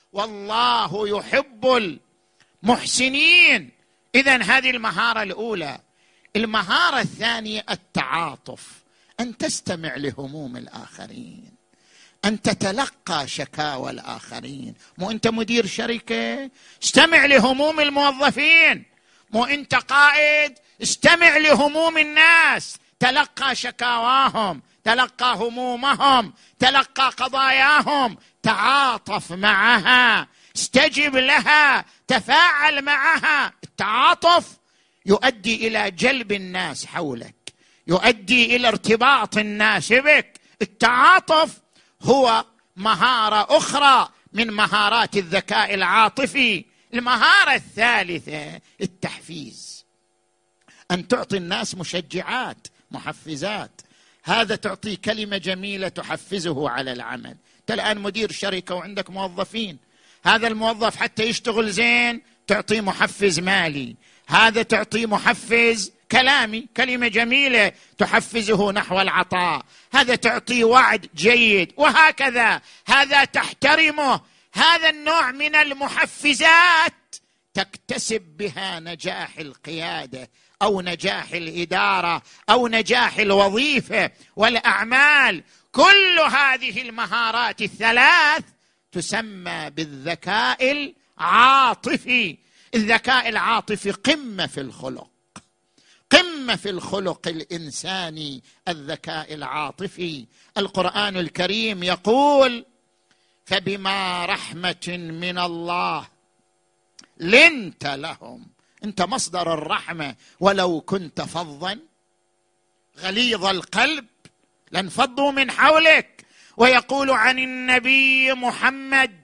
والله يحب المحسنين. إذن هذه المهارة الأولى. المهارة الثانية التعاطف، أن تستمع لهموم الآخرين، أن تتلقى شكاوى الآخرين. مو أنت مدير شركة، استمع لهموم الموظفين. مو أنت قائد، استمع لهموم الناس، تلقى شكاواهم، تلقى همومهم، تلقى قضاياهم، تعاطف معها، استجب لها، تفاعل معها. التعاطف يؤدي إلى جلب الناس حولك، يؤدي إلى ارتباط الناس بك. التعاطف هو مهارة أخرى من مهارات الذكاء العاطفي. المهارة الثالثة التحفيز، أن تعطي الناس مشجعات، محفزات. هذا تعطي كلمة جميلة تحفزه على العمل. أنت الآن مدير شركة وعندك موظفين، هذا الموظف حتى يشتغل زين تعطيه محفز مالي، هذا تعطيه محفز كلامي، كلمة جميلة تحفزه نحو العطاء، هذا تعطيه وعد جيد، وهكذا. هذا تحترمه. هذا النوع من المحفزات تكتسب بها نجاح القيادة أو نجاح الإدارة أو نجاح الوظيفة والأعمال. كل هذه المهارات الثلاث تسمى بالذكاء العاطفي. الذكاء العاطفي قمة في الخلق، قمة في الخلق الإنساني، الذكاء العاطفي. القرآن الكريم يقول: فبما رحمة من الله لنت لهم. أنت مصدر الرحمة، ولو كنت فظا غليظ القلب لانفضوا من حولك. ويقول عن النبي محمد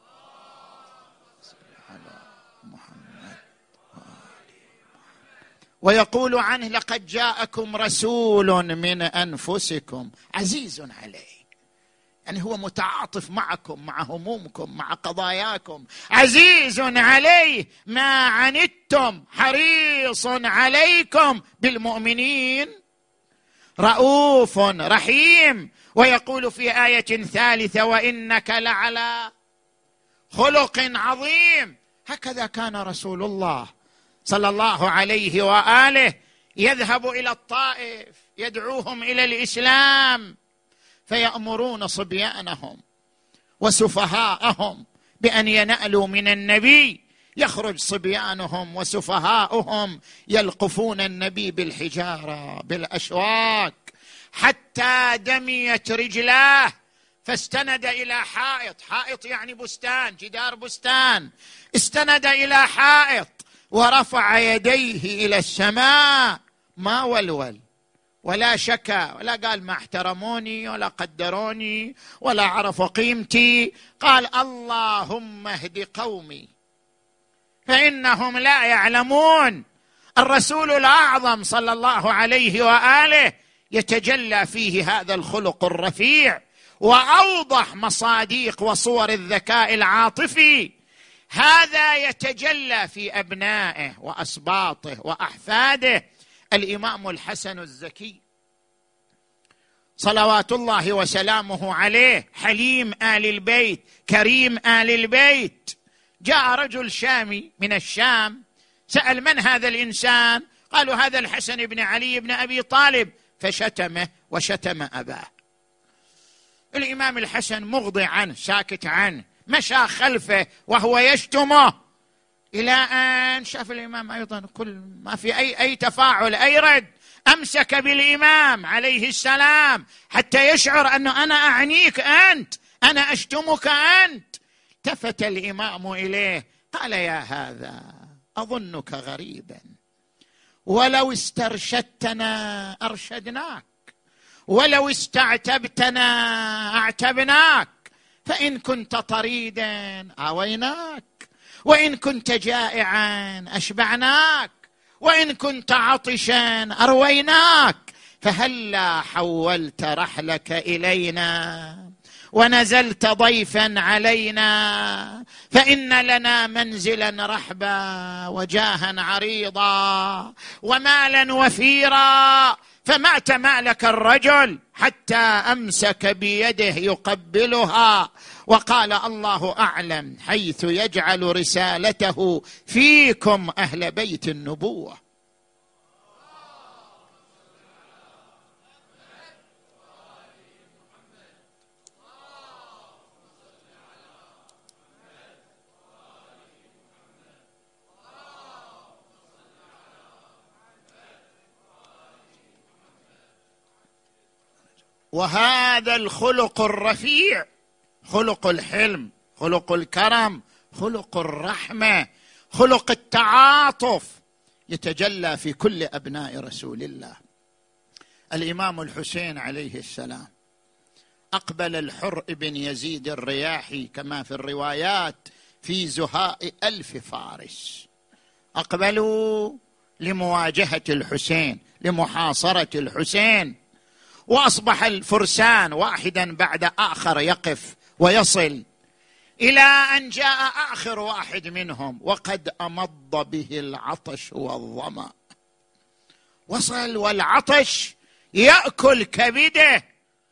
ويقول عنه: لقد جاءكم رسول من أنفسكم عزيز عليه. يعني هو متعاطف معكم، مع همومكم، مع قضاياكم. عزيز عليه ما عنتم حريص عليكم بالمؤمنين رؤوف رحيم. ويقول في آية ثالثة: وإنك لعلى خلق عظيم. هكذا كان رسول الله صلى الله عليه وآله يذهب إلى الطائف يدعوهم إلى الإسلام، فيأمرون صبيانهم وسفهاءهم بأن ينألوا من النبي. يخرج صبيانهم وسفهاؤهم يلقفون النبي بالحجارة بالأشواك حتى دميت رجلاه، فاستند إلى حائط. حائط يعني بستان، جدار بستان. استند إلى حائط ورفع يديه إلى السماء، ما ولول ولا شكا ولا قال ما احترموني ولا قدروني ولا عرفوا قيمتي. قال: اللهم اهد قومي فإنهم لا يعلمون. الرسول الأعظم صلى الله عليه وآله يتجلى فيه هذا الخلق الرفيع. وأوضح مصادق وصور الذكاء العاطفي هذا يتجلى في أبنائه وأسباطه وأحفاده. الإمام الحسن الزكي صلوات الله وسلامه عليه، حليم آل البيت، كريم آل البيت. جاء رجل شامي من الشام سأل: من هذا الإنسان؟ قالوا: هذا الحسن بن علي بن أبي طالب. فشتمه وشتم أباه. الإمام الحسن مغضي عنه، ساكت عنه، مشى خلفه وهو يشتمه، إلى أن شاف الإمام أيضا كل ما في أي تفاعل، أي رد، أمسك بالإمام عليه السلام حتى يشعر أنه أنا أعنيك أنت، أنا أشتمك أنت. التفت الإمام إليه قال: يا هذا أظنك غريبا، ولو استرشدتنا أرشدناك، ولو استعتبتنا أعتبناك، فإن كنت طريدا آويناك، وإن كنت جائعا أشبعناك، وإن كنت عطشا أرويناك، فهلا حولت رحلك إلينا ونزلت ضيفا علينا، فإن لنا منزلا رحبا وجاها عريضا ومالا وفيرا، فما تمالك الرجل حتى أمسك بيده يقبلها وقال: الله أعلم حيث يجعل رسالته فيكم أهل بيت النبوة. وهذا الخلق الرفيع، خلق الحلم، خلق الكرم، خلق الرحمة، خلق التعاطف، يتجلى في كل أبناء رسول الله. الإمام الحسين عليه السلام أقبل الحر بن يزيد الرياحي كما في الروايات في زهاء 1000 فارس، أقبلوا لمواجهة الحسين، لمحاصرة الحسين، وأصبح الفرسان واحدا بعد آخر يقف ويصل إلى أن جاء آخر واحد منهم وقد أمض به العطش والظمأ، وصل والعطش يأكل كبده.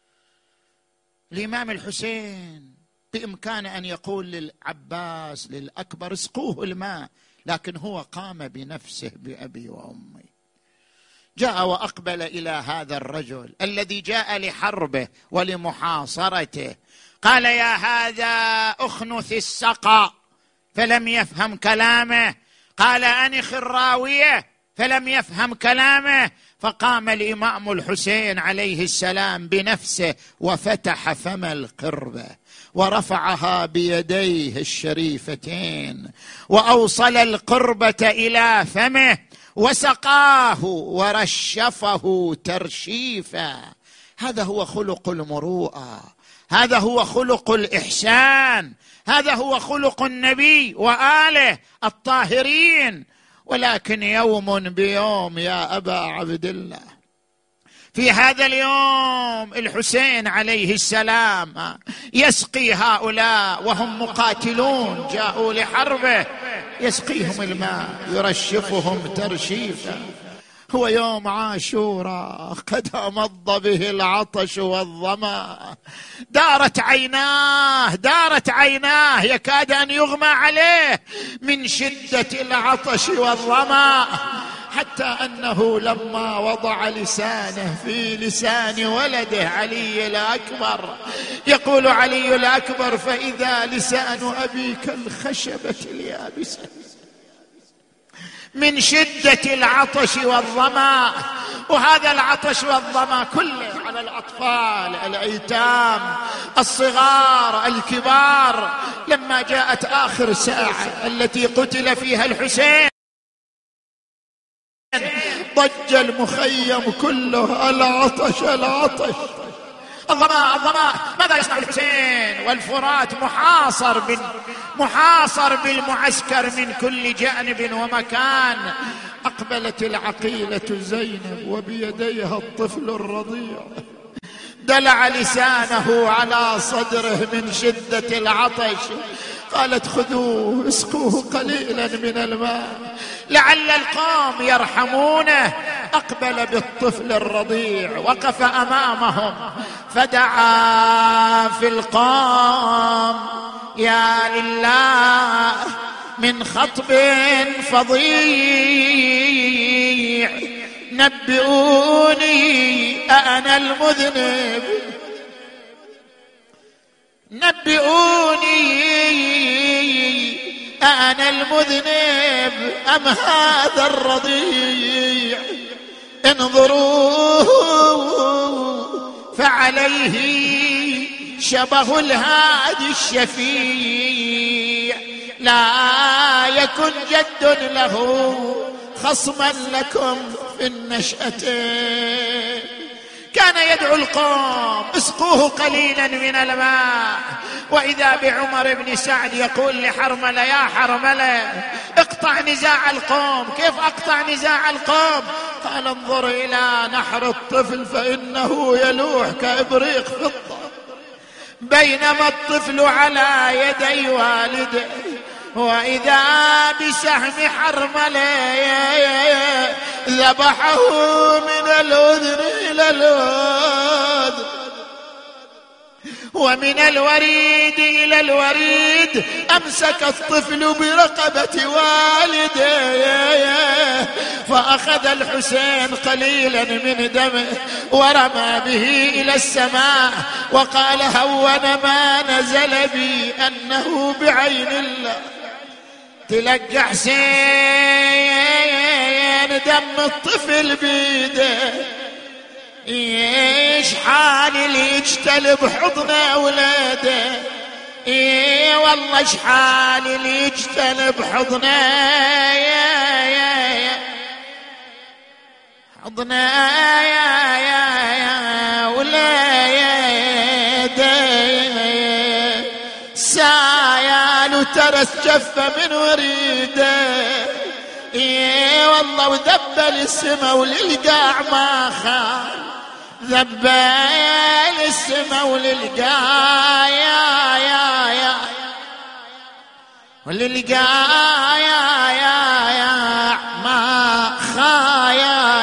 الإمام الحسين بإمكان أن يقول للعباس للأكبر: اسقوه الماء، لكن هو قام بنفسه بأبي وأمي، جاء وأقبل إلى هذا الرجل الذي جاء لحربه ولمحاصرته، قال: يا هذا أخنث السقى، فلم يفهم كلامه، قال: أنخ الراوية، فلم يفهم كلامه. فقام الإمام الحسين عليه السلام بنفسه وفتح فم القربة ورفعها بيديه الشريفتين وأوصل القربة إلى فمه وسقاه ورشفه ترشيفا. هذا هو خلق المروءة، هذا هو خلق الإحسان، هذا هو خلق النبي وآله الطاهرين. ولكن يوم بيوم يا أبا عبد الله، في هذا اليوم الحسين عليه السلام يسقي هؤلاء وهم مقاتلون جاءوا لحربه، يسقيهم الماء يرشفهم ترشيفا. هو يوم عاشوراء، قد أمض به العطش والظمأ، دارت عيناه يكاد أن يغمى عليه من شدة العطش والظمأ، حتى أنه لما وضع لسانه في لسان ولده علي الأكبر، يقول علي الأكبر: فإذا لسان أبي كالخشبة اليابسة من شدة العطش والظمأ. وهذا العطش والظمأ كله على الأطفال، الأيتام، الصغار، الكبار. لما جاءت آخر ساعة التي قتل فيها الحسين ضج المخيم كله: العطش العطش، الظمأ. ماذا يصنع الحسين والفرات محاصر بالمعسكر من كل جانب ومكان؟ أقبلت العقيلة زينب وبيديها الطفل الرضيع، دلع لسانه على صدره من شدة العطش، قالت: خذوه اسقوه قليلا من الماء لعل القوم يرحمونه. أقبل بالطفل الرضيع، وقف أمامهم فدعا في القوم: يا لله من خطب فظيع، نبئوني أنا المذنب، نبئوني أنا المذنب أم هذا الرضيع؟ انظروه فعليه شبه الهادي الشفيع، لا يكن جد له خصما لكم في النشأتين. كان يدعو القوم: اسقوه قليلا من الماء. وإذا بعمر بن سعد يقول لحرملة: يا حرملة اقطع نزاع القوم. كيف أقطع نزاع القوم؟ قال: انظر إلى نحر الطفل فإنه يلوح كإبريق فضة، بينما الطفل على يدي والده. وإذا بسهم حرملة ذبحه من الأذن إلى الأذن ومن الوريد إلى الوريد. أمسك الطفل برقبة والده فأخذ الحسين قليلا من دمه ورمى به إلى السماء وقال هون ما نزل بي أنه بعين الله. تلقى حسين دم الطفل بيده، ايش حال اللي يجتلب حضن اولاده، اي والله ايش حال اللي يجتلب حضنه يا حضنه يا ولاده. سايال وترس جفه من وريده، اي والله وذبل السما وللقاع ما خال، ذبل السما وللقاع يا وللقاع يا ما خايا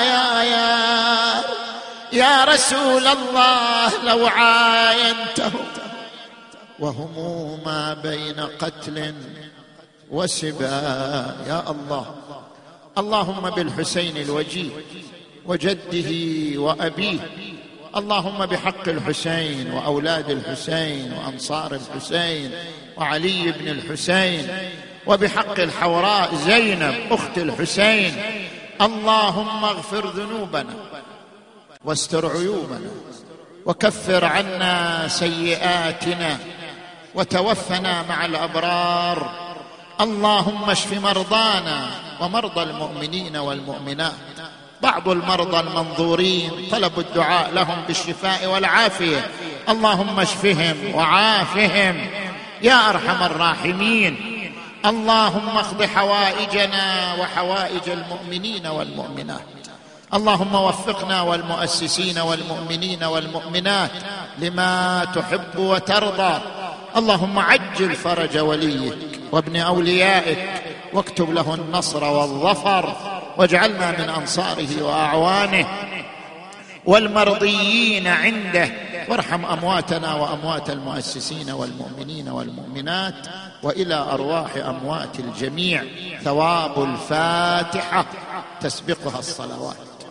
يا رسول الله لو عاينتهم وهم ما بين قتل وسبا. يا الله، اللهم بالحسين الوجيه وجده وأبيه، اللهم بحق الحسين وأولاد الحسين وأنصار الحسين وعلي بن الحسين وبحق الحوراء زينب أخت الحسين، اللهم اغفر ذنوبنا واستر عيوبنا وكفر عنا سيئاتنا وتوفنا مع الأبرار. اللهم اشف مرضانا ومرضى المؤمنين والمؤمنات. بعض المرضى المنظورين طلبوا الدعاء لهم بالشفاء والعافية، اللهم اشفهم وعافهم يا أرحم الراحمين. اللهم اقض حوائجنا وحوائج المؤمنين والمؤمنات. اللهم وفقنا والمؤسسين والمؤمنين والمؤمنات لما تحب وترضى. اللهم عجل فرج وليك وابن أوليائك واكتب له النصر والظفر، واجعلنا من أنصاره وأعوانه والمرضيين عنده، وارحم أمواتنا وأموات المؤسسين والمؤمنين والمؤمنات، وإلى أرواح أموات الجميع ثواب الفاتحة تسبقها الصلوات.